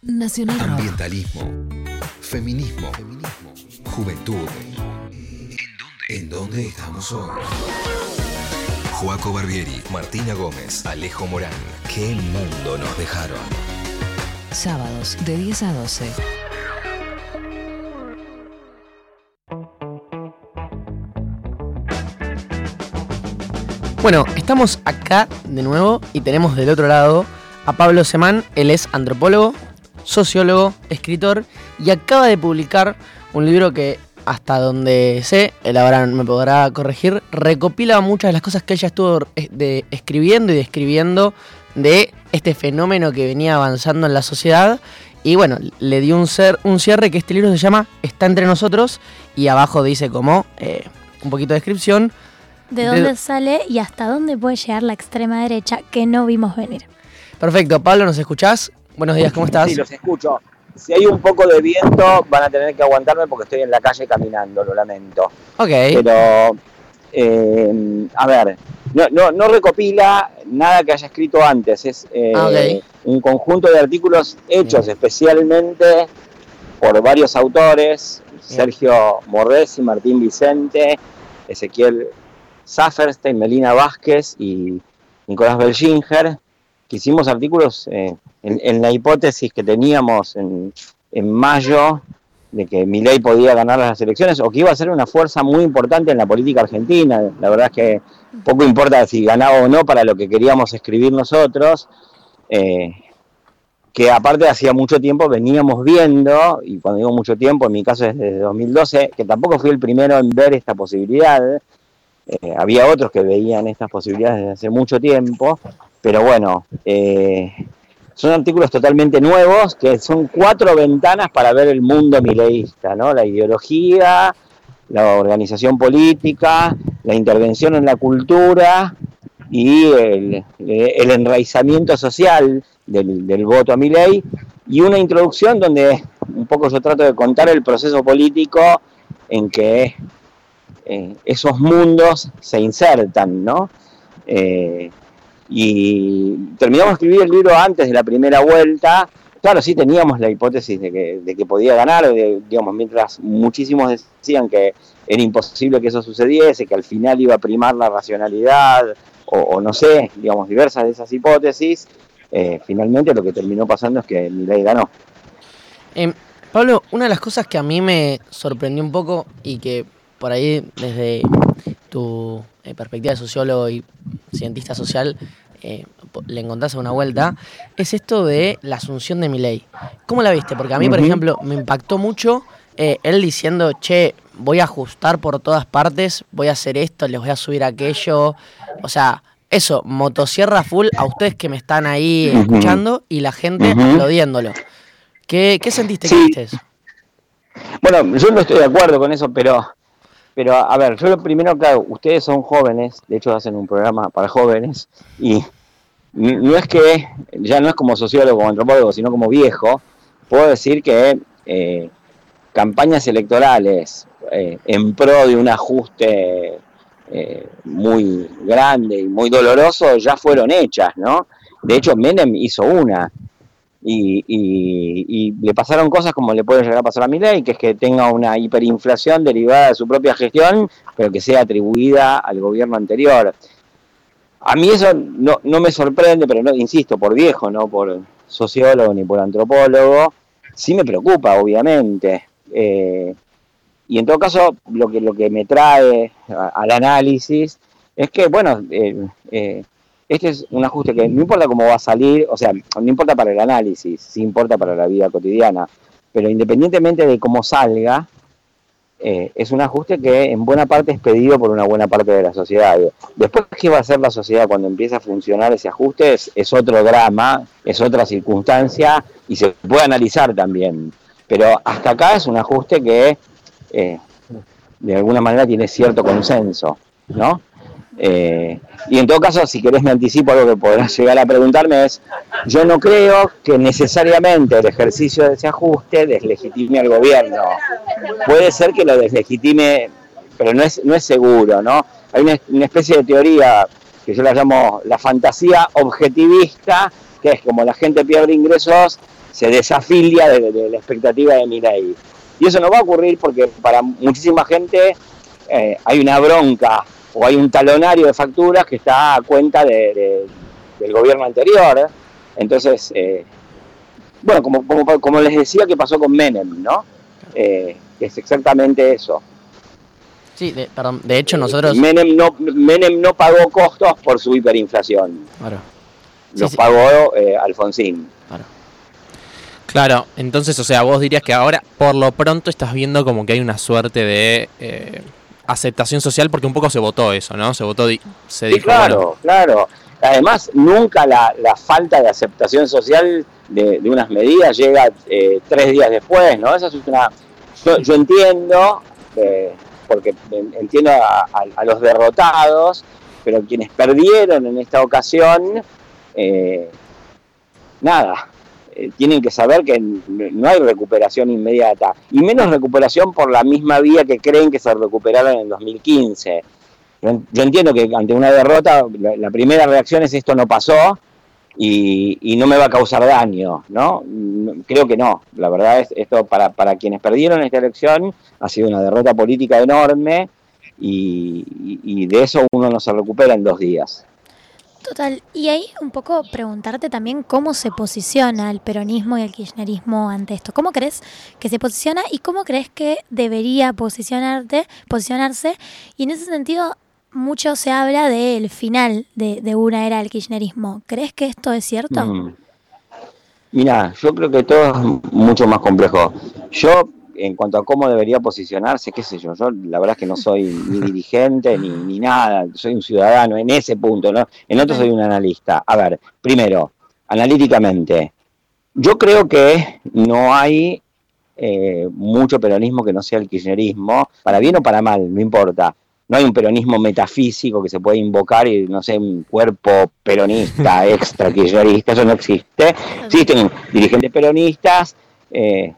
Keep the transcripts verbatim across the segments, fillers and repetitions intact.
Nacional Rock. Ambientalismo, feminismo, feminismo, juventud. ¿En dónde? ¿En dónde estamos hoy? Joaco Barbieri, Martina Gómez, Alejo Morán. ¿Qué mundo nos dejaron? Sábados de diez a doce. Bueno, estamos acá de nuevo y tenemos del otro lado a Pablo Semán. Él es antropólogo, sociólogo, escritor y acaba de publicar un libro que, hasta donde sé, él ahora me podrá corregir, recopila muchas de las cosas que ella estuvo de, escribiendo y describiendo de este fenómeno que venía avanzando en la sociedad. Y bueno, le dio un, ser, un cierre que este libro se llama Está entre nosotros y abajo dice como eh, un poquito de descripción. ¿De dónde de... sale y hasta dónde puede llegar la extrema derecha que no vimos venir? Perfecto. Pablo, ¿nos escuchás? Buenos días, ¿cómo estás? Sí, los escucho. Si hay un poco de viento, van a tener que aguantarme porque estoy en la calle caminando, lo lamento. Ok. Pero, eh, a ver, no, no, no recopila nada que haya escrito antes. Es eh, okay. un conjunto de artículos hechos Bien. especialmente por varios autores, Bien. Sergio Morresi, Martín Vicente, Ezequiel Saferstein, Melina Vázquez y Nicolás Belginger, que hicimos artículos eh, en, en la hipótesis que teníamos en, en mayo de que Milei podía ganar las elecciones o que iba a ser una fuerza muy importante en la política argentina. La verdad es que poco importa si ganaba o no para lo que queríamos escribir nosotros, eh, que aparte hacía mucho tiempo veníamos viendo, y cuando digo mucho tiempo, en mi caso desde dos mil doce, que tampoco fui el primero en ver esta posibilidad. Eh, había otros que veían estas posibilidades desde hace mucho tiempo, pero bueno, eh, son artículos totalmente nuevos, que son cuatro ventanas para ver el mundo mileísta, ¿no? La ideología, la organización política, la intervención en la cultura y el, el enraizamiento social del, del voto a Milei, y una introducción donde un poco yo trato de contar el proceso político en que Eh, esos mundos se insertan, ¿no? Eh, y terminamos de escribir el libro antes de la primera vuelta. Claro, sí teníamos la hipótesis de que, de que podía ganar, de, digamos, mientras muchísimos decían que era imposible que eso sucediese, que al final iba a primar la racionalidad, o, o no sé, digamos, diversas de esas hipótesis, eh, finalmente lo que terminó pasando es que Milei ganó. Eh, Pablo, una de las cosas que a mí me sorprendió un poco y que por ahí, desde tu eh, perspectiva de sociólogo y cientista social, eh, le encontrás a una vuelta, es esto de la asunción de Milei. ¿Cómo la viste? Porque a mí, por uh-huh. ejemplo, me impactó mucho eh, él diciendo, che, voy a ajustar por todas partes, voy a hacer esto, les voy a subir aquello. O sea, eso, motosierra full a ustedes que me están ahí uh-huh. escuchando y la gente uh-huh. aplaudiéndolo. ¿Qué, qué sentiste sí. que viste eso? Bueno, yo no estoy de acuerdo con eso, pero... Pero, a ver, yo lo primero, claro, ustedes son jóvenes, de hecho hacen un programa para jóvenes, y no es que, ya no es como sociólogo o antropólogo, sino como viejo, puedo decir que eh, campañas electorales eh, en pro de un ajuste eh, muy grande y muy doloroso ya fueron hechas, ¿no? De hecho, Menem hizo una. Y, y, y le pasaron cosas como le puede llegar a pasar a Milei, que es que tenga una hiperinflación derivada de su propia gestión, pero que sea atribuida al gobierno anterior. A mí eso no, no me sorprende, pero no, insisto, por viejo, no por sociólogo ni por antropólogo, sí me preocupa, obviamente. Eh, y en todo caso, lo que, lo que me trae a, al análisis es que, bueno, eh, eh, este es un ajuste que no importa cómo va a salir, o sea, no importa para el análisis, sí importa para la vida cotidiana, pero independientemente de cómo salga, eh, es un ajuste que en buena parte es pedido por una buena parte de la sociedad. Después, ¿qué va a hacer la sociedad cuando empiece a funcionar ese ajuste? Es, es otro drama, es otra circunstancia y se puede analizar también. Pero hasta acá es un ajuste que eh, de alguna manera tiene cierto consenso, ¿no? Eh, y en todo caso, si querés me anticipo algo que podrás llegar a preguntarme, es, yo no creo que necesariamente el ejercicio de ese ajuste deslegitime al gobierno. Puede ser que lo deslegitime, pero no es, no es seguro, ¿no? Hay una, una especie de teoría que yo la llamo la fantasía objetivista, que es como la gente pierde ingresos, se desafilia de, de la expectativa de Milei. Y eso no va a ocurrir porque para muchísima gente eh, hay una bronca o hay un talonario de facturas que está a cuenta de, de, del gobierno anterior. Entonces, eh, bueno, como, como, como les decía que pasó con Menem, ¿no? Eh, es exactamente eso. Sí, de, perdón, de hecho nosotros... Menem no, Menem no pagó costos por su hiperinflación. Claro. Sí, Los sí. pagó eh, Alfonsín. Claro. Claro, entonces, o sea, vos dirías que ahora, por lo pronto, estás viendo como que hay una suerte de eh, aceptación social, porque un poco se votó eso, ¿no? Se votó, se dijo... Sí, claro, bueno, claro. Además, nunca la, la falta de aceptación social de, de unas medidas llega eh, tres días después, ¿no? Esa es una... Yo, yo entiendo... Eh, porque entiendo a, a, a los derrotados, pero quienes perdieron en esta ocasión, eh, nada, eh, tienen que saber que no hay recuperación inmediata, y menos recuperación por la misma vía que creen que se recuperaron en dos mil quince. Yo, yo entiendo que ante una derrota, la, la primera reacción es esto no pasó, y, y no me va a causar daño, ¿no? Creo que no. La verdad es esto para, para quienes perdieron esta elección ha sido una derrota política enorme y, y, y de eso uno no se recupera en dos días. Total, y ahí un poco preguntarte también cómo se posiciona el peronismo y el kirchnerismo ante esto. ¿Cómo crees que se posiciona y cómo crees que debería posicionarte, posicionarse? Y en ese sentido, mucho se habla del final de, de una era del kirchnerismo. ¿Crees que esto es cierto? Mm. Mira, yo creo que todo es mucho más complejo. Yo, en cuanto a cómo debería posicionarse, qué sé yo, yo la verdad es que no soy ni dirigente ni, ni nada, soy un ciudadano en ese punto, ¿no? En otro soy un analista. A ver, primero, analíticamente, yo creo que no hay eh, mucho peronismo que no sea el kirchnerismo, para bien o para mal, no importa. No hay un peronismo metafísico que se puede invocar y, no sé, un cuerpo peronista, extra kirchnerista, eso no existe. Existen dirigentes peronistas eh,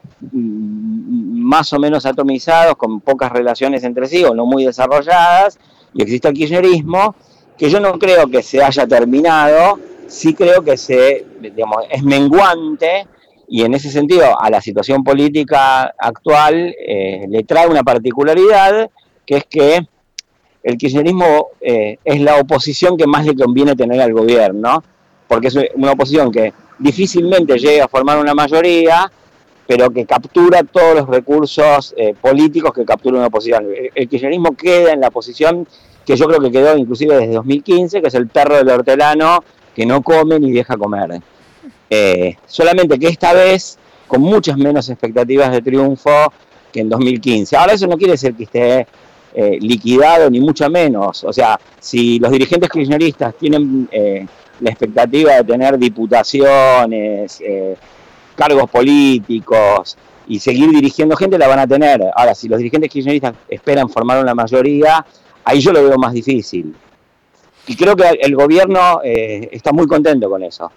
más o menos atomizados, con pocas relaciones entre sí o no muy desarrolladas, y existe el kirchnerismo, que yo no creo que se haya terminado, sí creo que se, digamos, es menguante, y en ese sentido a la situación política actual eh, le trae una particularidad, que es que el kirchnerismo eh, es la oposición que más le conviene tener al gobierno, porque es una oposición que difícilmente llega a formar una mayoría, pero que captura todos los recursos eh, políticos que captura una oposición. El, el kirchnerismo queda en la posición que yo creo que quedó inclusive desde dos mil quince, que es el perro del hortelano que no come ni deja comer. Eh, solamente que esta vez con muchas menos expectativas de triunfo que en dos mil quince. Ahora eso no quiere decir que esté eh, liquidado ni mucho menos. O sea, si los dirigentes kirchneristas tienen eh, la expectativa de tener diputaciones, eh, cargos políticos y seguir dirigiendo gente, la van a tener. Ahora, si los dirigentes kirchneristas esperan formar una mayoría, ahí yo lo veo más difícil. Y creo que el gobierno eh, está muy contento con eso.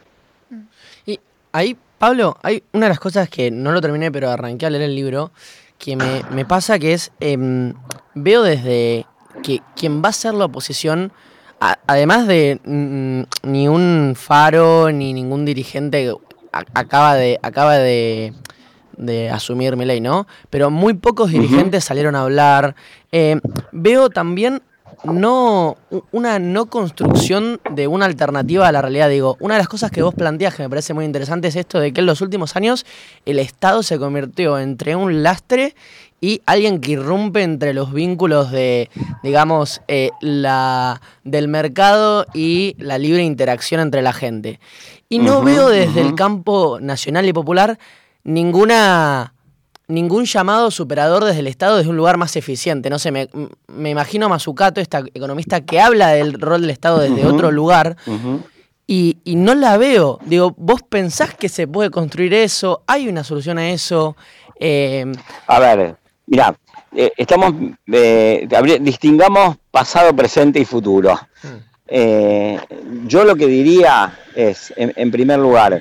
Y ahí, Pablo, hay una de las cosas que no lo terminé, pero arranqué a leer el libro, que me, me pasa que es, eh, veo desde que quien va a ser la oposición, a, además de mm, ni un Faro ni ningún dirigente a, acaba de acaba de, de asumir Milei, ¿no? Pero muy pocos dirigentes uh-huh. salieron a hablar. Eh, veo también no una no construcción de una alternativa a la realidad. Digo, una de las cosas que vos planteás que me parece muy interesante es esto de que en los últimos años el Estado se convirtió entre un lastre y alguien que irrumpe entre los vínculos de, digamos, eh, la del mercado y la libre interacción entre la gente. Y no uh-huh, veo desde uh-huh. el campo nacional y popular ninguna... ningún llamado superador desde el Estado desde un lugar más eficiente. No sé, me, me imagino a Mazzucato, esta economista que habla del rol del Estado desde uh-huh, otro lugar, uh-huh. y, y no la veo. Digo, ¿vos pensás que se puede construir eso? ¿Hay una solución a eso? Eh... A ver, mirá, eh, estamos, eh, distingamos pasado, presente y futuro. Uh-huh. Eh, yo lo que diría es, en, en primer lugar,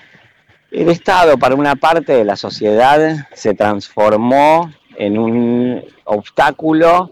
el Estado, para una parte de la sociedad, se transformó en un obstáculo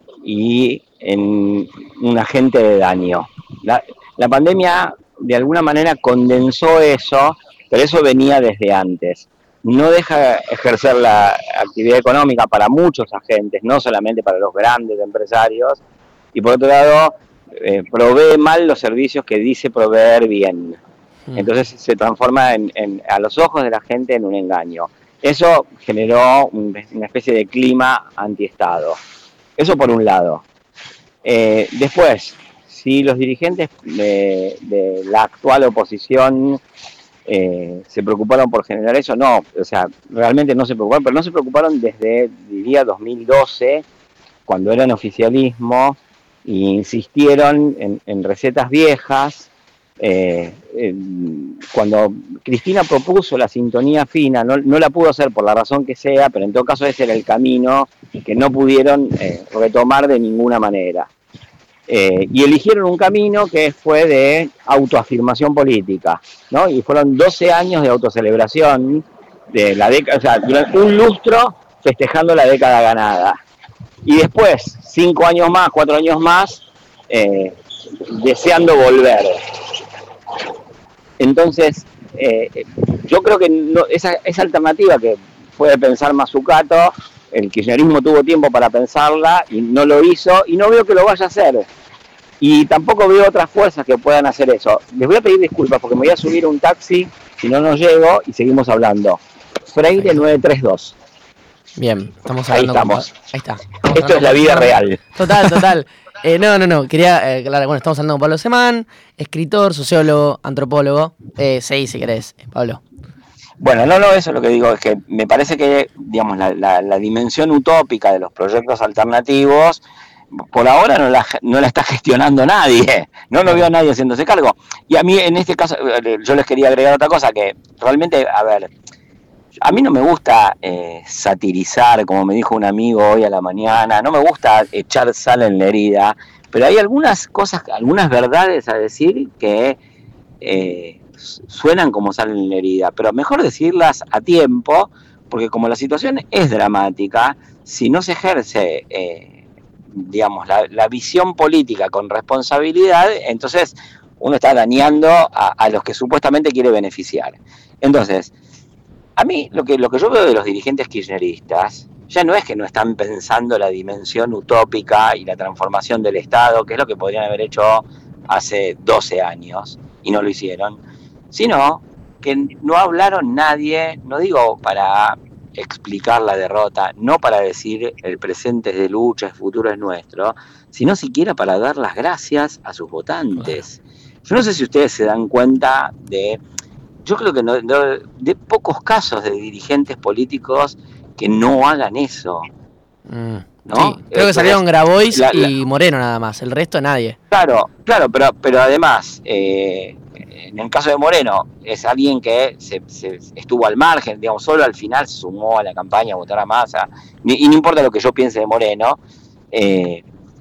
y en un agente de daño. La, la pandemia, de alguna manera, condensó eso pero eso venía desde antes. No deja ejercer la actividad económica para muchos agentes, no solamente para los grandes empresarios, y por otro lado, eh, provee mal los servicios que dice proveer bien. Entonces se transforma en, en, a los ojos de la gente en un engaño. Eso generó un, una especie de clima antiestado. Eso por un lado. Eh, después, si los dirigentes de, de la actual oposición eh, se preocuparon por generar eso, no, o sea, realmente no se preocuparon, pero no se preocuparon desde, diría, dos mil doce, cuando eran oficialismo, e insistieron en, en recetas viejas. Eh, eh, cuando Cristina propuso la sintonía fina, no, no la pudo hacer por la razón que sea, pero en todo caso ese era el camino que no pudieron eh, retomar de ninguna manera. Eh, y eligieron un camino que fue de autoafirmación política, ¿no? Y fueron doce años de autocelebración, de la década, o sea, durante un lustro festejando la década ganada. Y después, cinco años más, cuatro años más, eh, deseando volver. Entonces, eh, yo creo que no, esa, esa alternativa que puede pensar Mazzucato, el kirchnerismo tuvo tiempo para pensarla y no lo hizo, y no veo que lo vaya a hacer. Y tampoco veo otras fuerzas que puedan hacer eso. Les voy a pedir disculpas porque me voy a subir a un taxi, si no, no llego, y seguimos hablando. Freire nueve tres dos. Bien, estamos hablando. Ahí estamos. Con... Ahí está. Estamos Esto es la vida real. Total, total. Eh, no, no, no, quería, eh, claro, bueno, estamos hablando con Pablo Semán, escritor, sociólogo, antropólogo. Eh, sí, si querés, Pablo. Bueno, no, no, eso es lo que digo, es que me parece que, digamos, la, la, la dimensión utópica de los proyectos alternativos, por ahora no la, no la está gestionando nadie, no lo veo a nadie haciéndose cargo. Y a mí, en este caso, yo les quería agregar otra cosa, que realmente, a ver, a mí no me gusta eh, satirizar, como me dijo un amigo hoy a la mañana, no me gusta echar sal en la herida, pero hay algunas cosas, algunas verdades a decir que eh, suenan como sal en la herida, pero mejor decirlas a tiempo, porque como la situación es dramática, si no se ejerce, eh, digamos, la, la visión política con responsabilidad, entonces uno está dañando a, a los que supuestamente quiere beneficiar. Entonces, a mí lo que, lo que yo veo de los dirigentes kirchneristas ya no es que no están pensando la dimensión utópica y la transformación del Estado, que es lo que podrían haber hecho hace doce años y no lo hicieron, sino que no hablaron nadie, no digo para explicar la derrota, no para decir el presente es de lucha, el futuro es nuestro, sino siquiera para dar las gracias a sus votantes. Yo no sé si ustedes se dan cuenta de... Yo creo que no, no, de pocos casos de dirigentes políticos que no hagan eso. Mm, ¿no? Sí, creo que salieron Grabois la, la, y Moreno nada más, el resto nadie. Claro, claro, pero, pero además, eh, en el caso de Moreno, es alguien que se, se estuvo al margen, digamos, solo al final se sumó a la campaña a votar a Massa, y, y no importa lo que yo piense de Moreno, eh,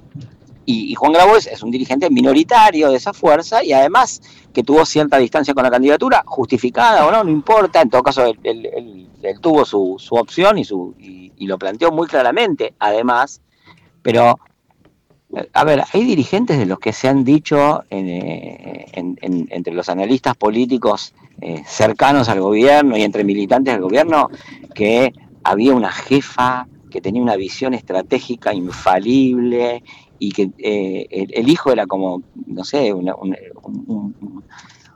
y, y Juan Grabois es un dirigente minoritario de esa fuerza, y además que tuvo cierta distancia con la candidatura, justificada o no, no importa, en todo caso él, él, él, él tuvo su, su opción y, su, y, y lo planteó muy claramente, además, pero, a ver, hay dirigentes de los que se han dicho en, en, en, entre los analistas políticos eh, cercanos al gobierno y entre militantes del gobierno, que había una jefa que tenía una visión estratégica infalible, y que eh, el, el hijo era como, no sé, una, un, un,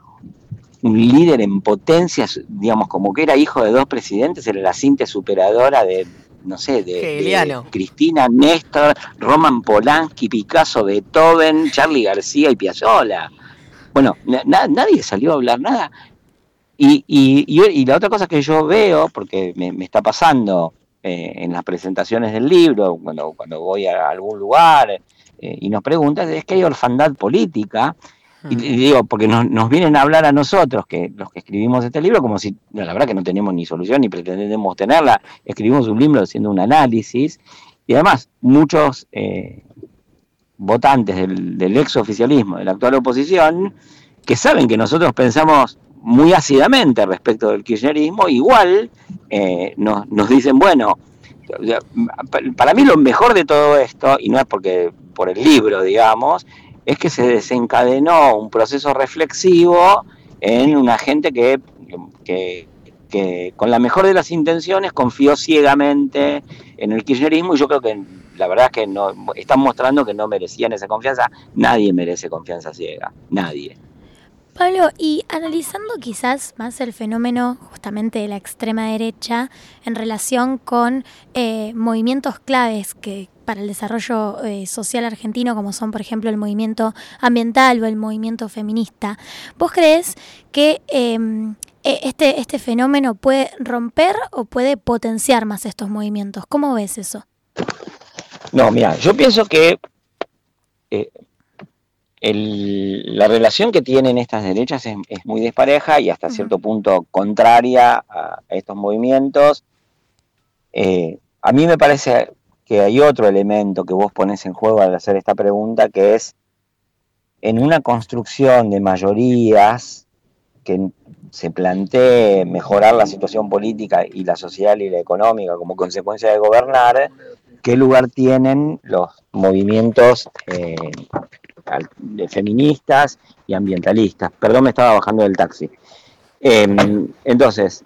un líder en potencia, digamos, como que era hijo de dos presidentes, era la síntesis superadora de, no sé, de, de Cristina, Néstor, Roman Polanski, Picasso, Beethoven, Charly García y Piazzolla. Bueno, na, nadie salió a hablar nada. Y, y, y, y la otra cosa que yo veo, porque me, me está pasando eh, en las presentaciones del libro, cuando, cuando voy a algún lugar eh, y nos preguntan, es que hay orfandad política. Y, y digo, porque nos, nos vienen a hablar a nosotros, que los que escribimos este libro, como si, no, la verdad que no tenemos ni solución, ni pretendemos tenerla, escribimos un libro haciendo un análisis, y además muchos eh, votantes del, del ex oficialismo, de la actual oposición, que saben que nosotros pensamos muy ácidamente respecto del kirchnerismo, igual eh, nos, nos dicen, bueno, para mí lo mejor de todo esto, y no es porque por el libro, digamos, es que se desencadenó un proceso reflexivo en una gente que que, que con la mejor de las intenciones confió ciegamente en el kirchnerismo, y yo creo que la verdad es que no, están mostrando que no merecían esa confianza. Nadie merece confianza ciega, nadie. Pablo, y analizando quizás más el fenómeno justamente de la extrema derecha en relación con eh, movimientos claves que para el desarrollo eh, social argentino, como son, por ejemplo, el movimiento ambiental o el movimiento feminista, ¿vos creés que eh, este, este fenómeno puede romper o puede potenciar más estos movimientos? ¿Cómo ves eso? No, mira, yo pienso que eh, el, la relación que tienen estas derechas es, es muy despareja y hasta uh-huh. cierto punto contraria a, a estos movimientos. Eh, a mí me parece que hay otro elemento que vos ponés en juego al hacer esta pregunta, que es en una construcción de mayorías que se plantee mejorar la situación política y la social y la económica como consecuencia de gobernar, ¿qué lugar tienen los movimientos eh, feministas y ambientalistas? Perdón, me estaba bajando del taxi. Eh, entonces,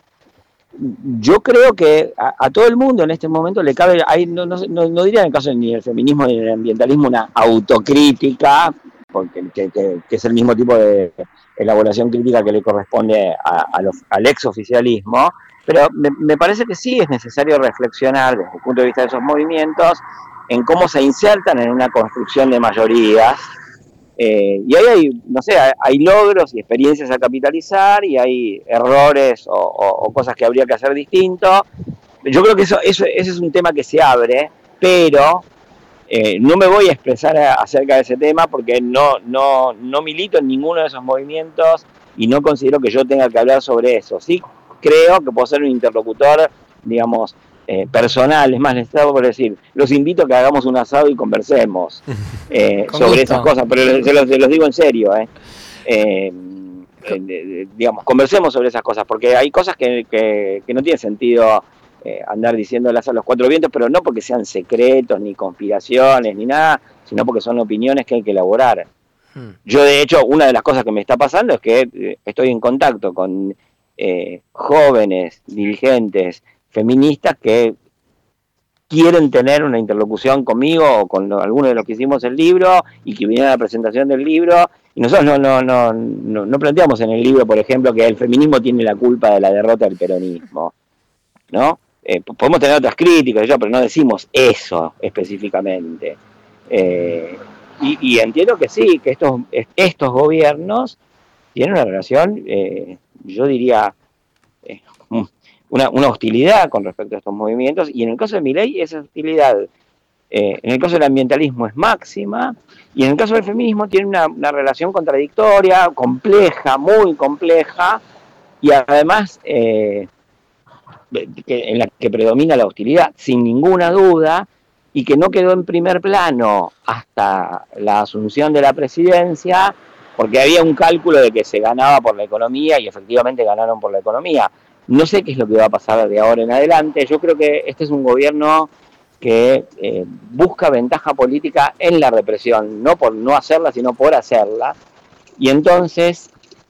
yo creo que a, a todo el mundo en este momento le cabe, hay, no, no, no, no diría en el caso ni del feminismo ni del ambientalismo, una autocrítica, porque que, que, que es el mismo tipo de elaboración crítica que le corresponde a, a los, al exoficialismo, pero me, me parece que sí es necesario reflexionar desde el punto de vista de esos movimientos en cómo se insertan en una construcción de mayorías. Eh, y ahí hay, no sé, hay logros y experiencias a capitalizar y hay errores o, o, o cosas que habría que hacer distinto. Yo creo que eso, eso ese es un tema que se abre, pero eh, no me voy a expresar a, acerca de ese tema porque no, no, no milito en ninguno de esos movimientos y no considero que yo tenga que hablar sobre eso. Sí creo que puedo ser un interlocutor, digamos, Eh, personal, es más, les estaba por decir, los invito a que hagamos un asado y conversemos eh, sobre gusto. Esas cosas, pero se los, se los digo en serio, eh. Eh, eh, digamos, conversemos sobre esas cosas, porque hay cosas que, que, que no tiene sentido eh, andar diciéndolas a los cuatro vientos, pero no porque sean secretos, ni conspiraciones, ni nada, sino porque son opiniones que hay que elaborar. Hmm. Yo, de hecho, una de las cosas que me está pasando es que eh, estoy en contacto con eh, jóvenes dirigentes feministas que quieren tener una interlocución conmigo o con alguno de los que hicimos el libro y que vinieron a la presentación del libro, y nosotros no, no, no, no, no planteamos en el libro, por ejemplo, que el feminismo tiene la culpa de la derrota del peronismo, ¿no? Eh, podemos tener otras críticas, pero no decimos eso específicamente. Eh, y, y entiendo que sí, que estos, estos gobiernos tienen una relación, eh, yo diría, eh, Una, una hostilidad con respecto a estos movimientos, y en el caso de Milei esa hostilidad, eh, en el caso del ambientalismo es máxima, y en el caso del feminismo tiene una, una relación contradictoria, compleja, muy compleja, y además eh, que, en la que predomina la hostilidad, sin ninguna duda, y que no quedó en primer plano hasta la asunción de la presidencia, porque había un cálculo de que se ganaba por la economía, y efectivamente ganaron por la economía. No sé qué es lo que va a pasar de ahora en adelante. Yo creo que este es un gobierno que eh, busca ventaja política en la represión, no por no hacerla, sino por hacerla. Y entonces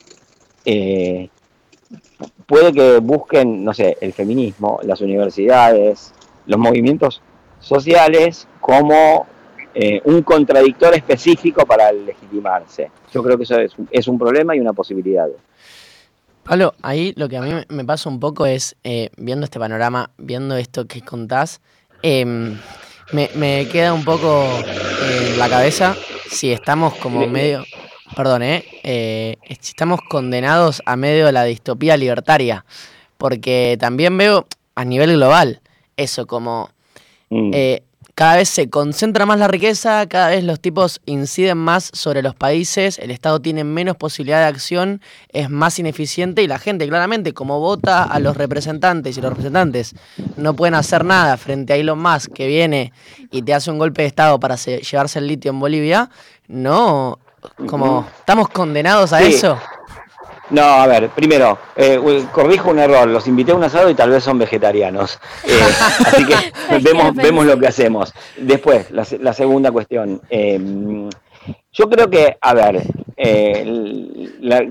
eh, puede que busquen, no sé, el feminismo, las universidades, los movimientos sociales como eh, un contradictor específico para legitimarse. Yo creo que eso es, es un problema y una posibilidad. Pablo, ahí lo que a mí me pasa un poco es, eh, viendo este panorama, viendo esto que contás, eh, me, me queda un poco en la cabeza si estamos como medio, perdón, eh, eh, si estamos condenados a medio de la distopía libertaria, porque también veo a nivel global eso como... Eh, cada vez se concentra más la riqueza, cada vez los tipos inciden más sobre los países, el Estado tiene menos posibilidad de acción, es más ineficiente y la gente claramente como vota a los representantes y los representantes no pueden hacer nada frente a Elon Musk que viene y te hace un golpe de Estado para se, llevarse el litio en Bolivia, no, como estamos condenados a sí. eso. No, a ver, primero, eh, corrijo un error, los invité a un asado y tal vez son vegetarianos, eh, así que vemos, vemos lo que hacemos. Después, la, la segunda cuestión, eh, yo creo que, a ver, eh, la,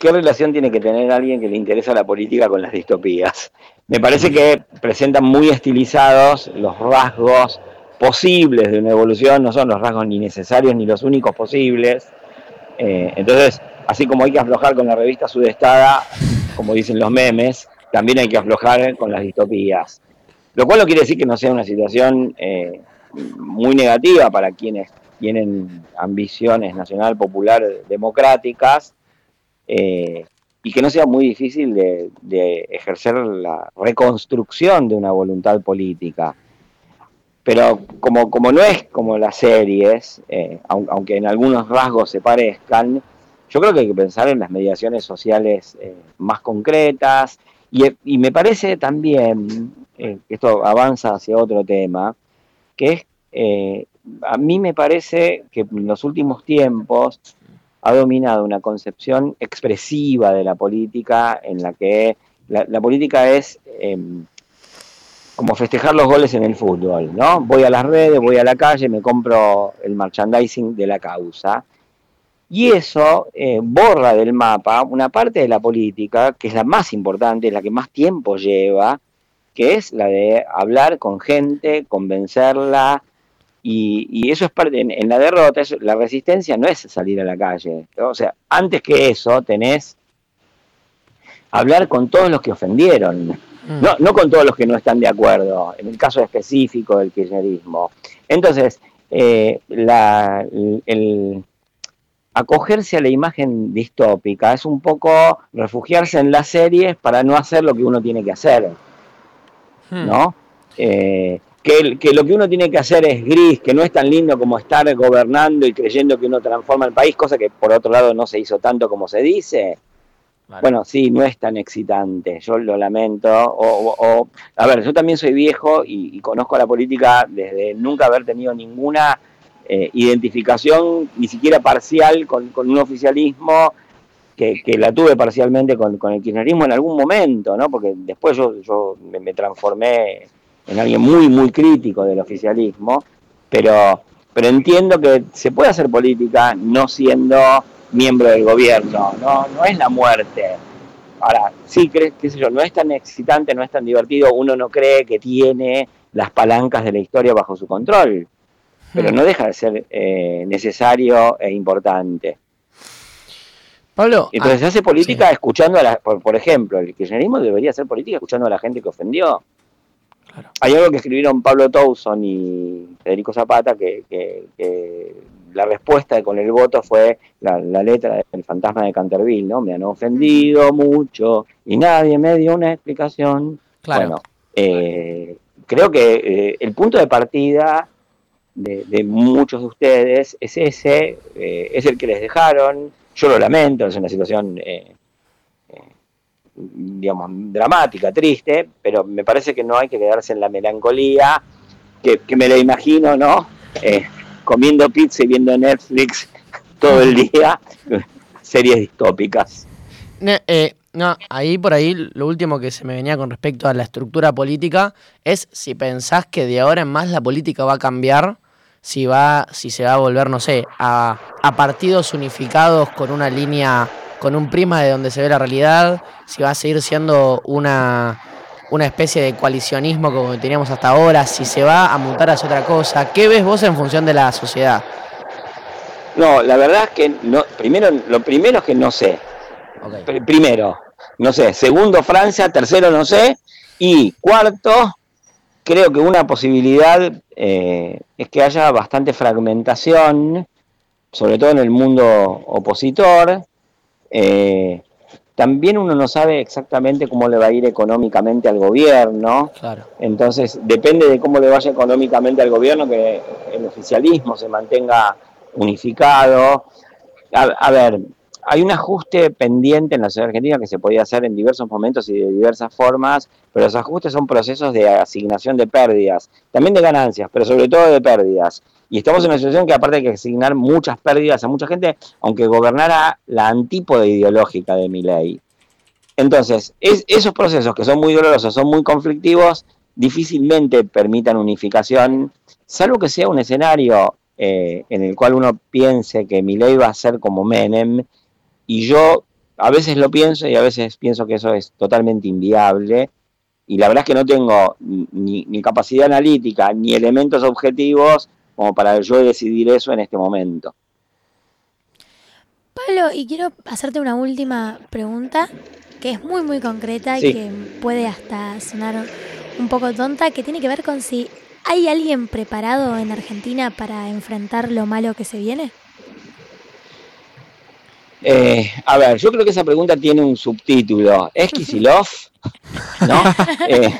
¿qué relación tiene que tener alguien que le interesa la política con las distopías? Me parece que presentan muy estilizados los rasgos posibles de una evolución, no son los rasgos ni necesarios ni los únicos posibles. Eh, entonces, así como hay que aflojar con la revista Sudestada, como dicen los memes, también hay que aflojar con las distopías. Lo cual no quiere decir que no sea una situación eh, muy negativa para quienes tienen ambiciones nacional, popular, democráticas, eh, y que no sea muy difícil de, de ejercer la reconstrucción de una voluntad política. Pero como, como no es como las series, eh, aunque en algunos rasgos se parezcan, yo creo que hay que pensar en las mediaciones sociales eh, más concretas, y, y me parece también, eh, que esto avanza hacia otro tema, que es, eh, a mí me parece que en los últimos tiempos ha dominado una concepción expresiva de la política, en la que la, la política es eh, como festejar los goles en el fútbol, ¿no? Voy a las redes, voy a la calle, me compro el merchandising de la causa. Y eso eh, borra del mapa una parte de la política, que es la más importante, la que más tiempo lleva, que es la de hablar con gente, convencerla, y, y eso es parte, en, en la derrota, eso, la resistencia no es salir a la calle, ¿no? O sea, antes que eso tenés hablar con todos los que ofendieron, no, no con todos los que no están de acuerdo, en el caso específico del kirchnerismo. Entonces, eh, la, el, el acogerse a la imagen distópica es un poco refugiarse en las series para no hacer lo que uno tiene que hacer, ¿no? Eh, que, que lo que uno tiene que hacer es gris, que no es tan lindo como estar gobernando y creyendo que uno transforma el país, cosa que por otro lado no se hizo tanto como se dice. Vale. Bueno, sí, no es tan excitante, yo lo lamento. O, o, o a ver, yo también soy viejo y, y conozco la política desde nunca haber tenido ninguna eh, identificación, ni siquiera parcial, con, con un oficialismo, que, que la tuve parcialmente con, con el kirchnerismo en algún momento, ¿no? Porque después yo, yo me, me transformé en alguien muy, muy crítico del oficialismo, pero, pero entiendo que se puede hacer política no siendo miembro del gobierno, no, no es la muerte. Ahora, sí, qué sé yo, no es tan excitante, no es tan divertido, uno no cree que tiene las palancas de la historia bajo su control, pero no deja de ser eh, necesario e importante. Pablo, entonces ah, se hace política sí. escuchando a la, por, por ejemplo, el kirchnerismo debería hacer política escuchando a la gente que ofendió. Claro. Hay algo que escribieron Pablo Towson y Federico Zapata, que, que, que la respuesta con el voto fue la, la letra del Fantasma de Canterville, ¿no? Me han ofendido mucho y nadie me dio una explicación. Claro. Bueno, eh, creo que eh, el punto de partida de, de muchos de ustedes es ese, eh, es el que les dejaron. Yo lo lamento, es una situación, eh, eh, digamos, dramática, triste, pero me parece que no hay que quedarse en la melancolía, que, que me la imagino, ¿no? Eh, comiendo pizza y viendo Netflix todo el día, series distópicas. No, eh, no, ahí por ahí lo último que se me venía con respecto a la estructura política es si pensás que de ahora en más la política va a cambiar, si va, si se va a volver, no sé, a, a partidos unificados con una línea, con un prisma de donde se ve la realidad, si va a seguir siendo una, una especie de coalicionismo como teníamos hasta ahora, si se va a mutar hacia otra cosa. ¿Qué ves vos en función de la sociedad? No, la verdad es que no, primero, lo primero es que no sé. Okay. Primero, no sé. Segundo, Francia. Tercero, no sé. Y cuarto, creo que una posibilidad eh, es que haya bastante fragmentación, sobre todo en el mundo opositor. Eh, también uno no sabe exactamente cómo le va a ir económicamente al gobierno. Claro. Entonces, depende de cómo le vaya económicamente al gobierno, que el oficialismo se mantenga unificado. A, a ver, hay un ajuste pendiente en la sociedad argentina que se podía hacer en diversos momentos y de diversas formas, pero los ajustes son procesos de asignación de pérdidas, también de ganancias, pero sobre todo de pérdidas. Y estamos en una situación que aparte hay que asignar muchas pérdidas a mucha gente, aunque gobernara la antípoda ideológica de Milei. Entonces, es, esos procesos que son muy dolorosos, son muy conflictivos, difícilmente permitan unificación, salvo que sea un escenario eh, en el cual uno piense que Milei va a ser como Menem. Y yo a veces lo pienso y a veces pienso que eso es totalmente inviable. Y la verdad es que no tengo ni, ni capacidad analítica ni elementos objetivos como para yo decidir eso en este momento. Pablo, y quiero hacerte una última pregunta que es muy muy concreta Sí. y que puede hasta sonar un poco tonta, que tiene que ver con si hay alguien preparado en Argentina para enfrentar lo malo que se viene. Eh, a ver, yo creo que esa pregunta tiene un subtítulo. ¿Es Kicillof? ¿No? Eh,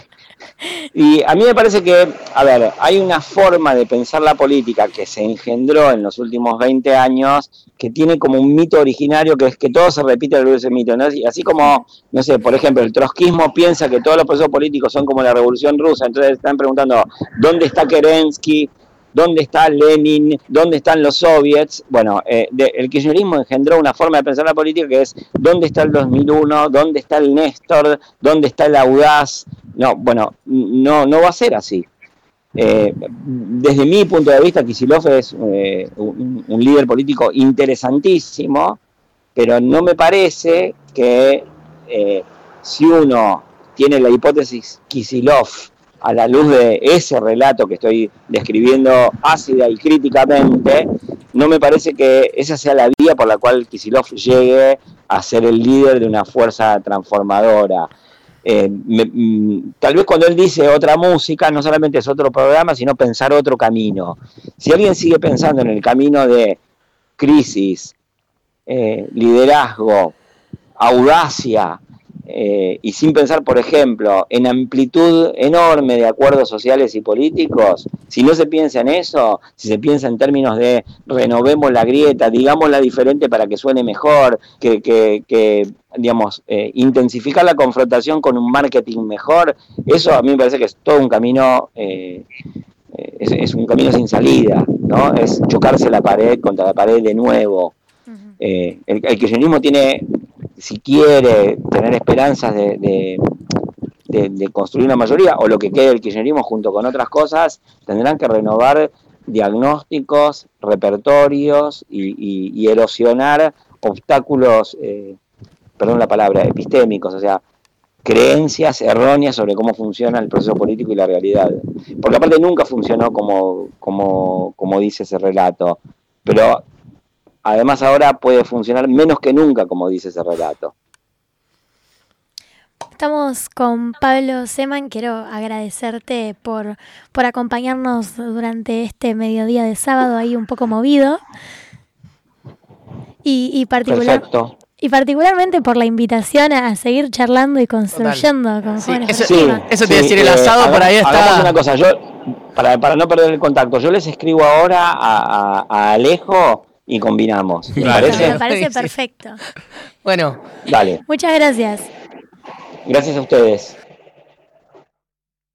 y a mí me parece que, a ver, hay una forma de pensar la política que se engendró en los últimos veinte años que tiene como un mito originario, que es que todo se repite al ese mito, ¿no? Y así como, no sé, por ejemplo, el trotskismo piensa que todos los procesos políticos son como la Revolución Rusa, entonces están preguntando, ¿dónde está Kerensky? ¿Dónde está Lenin? ¿Dónde están los soviets? Bueno, eh, de, el kirchnerismo engendró una forma de pensar la política que es ¿dónde está el dos mil uno? ¿Dónde está el Néstor? ¿Dónde está el Audaz? No, bueno, no, no va a ser así. Eh, desde mi punto de vista, Kicillof es eh, un, un líder político interesantísimo, pero no me parece que eh, si uno tiene la hipótesis Kicillof a la luz de ese relato que estoy describiendo ácida y críticamente, no me parece que esa sea la vía por la cual Kicillof llegue a ser el líder de una fuerza transformadora. Eh, me, tal vez cuando él dice otra música, no solamente es otro programa, sino pensar otro camino. Si alguien sigue pensando en el camino de crisis, eh, liderazgo, audacia, Eh, y sin pensar, por ejemplo, en amplitud enorme de acuerdos sociales y políticos, si no se piensa en eso, si se piensa en términos de renovemos la grieta, digámosla diferente para que suene mejor, que, que, que digamos, eh, intensificar la confrontación con un marketing mejor, eso a mí me parece que es todo un camino, eh, es, es un camino sin salida, ¿no? Es chocarse la pared contra la pared de nuevo. Uh-huh. Eh, el, el kirchnerismo tiene, si quiere tener esperanzas de, de, de, de construir una mayoría, o lo que quede del kirchnerismo junto con otras cosas, tendrán que renovar diagnósticos, repertorios y, y, y erosionar obstáculos, eh, perdón la palabra, epistémicos, o sea, creencias erróneas sobre cómo funciona el proceso político y la realidad. Porque aparte nunca funcionó como, como, como dice ese relato, pero además ahora puede funcionar menos que nunca, como dice ese relato. Estamos con Pablo Seman. Quiero agradecerte por, por acompañarnos durante este mediodía de sábado ahí un poco movido. Y, y, particular, y particularmente por la invitación a seguir charlando y construyendo Total. con sí, jóvenes. Eso, sí, eso te sí, iba a decir, el asado eh, por ahí hagamos, está... Hagamos una cosa, yo, para, para no perder el contacto, yo les escribo ahora a, a, a Alejo y combinamos. ¿Me Claro. parece? Me parece perfecto. Bueno. Dale. Muchas gracias. Gracias a ustedes.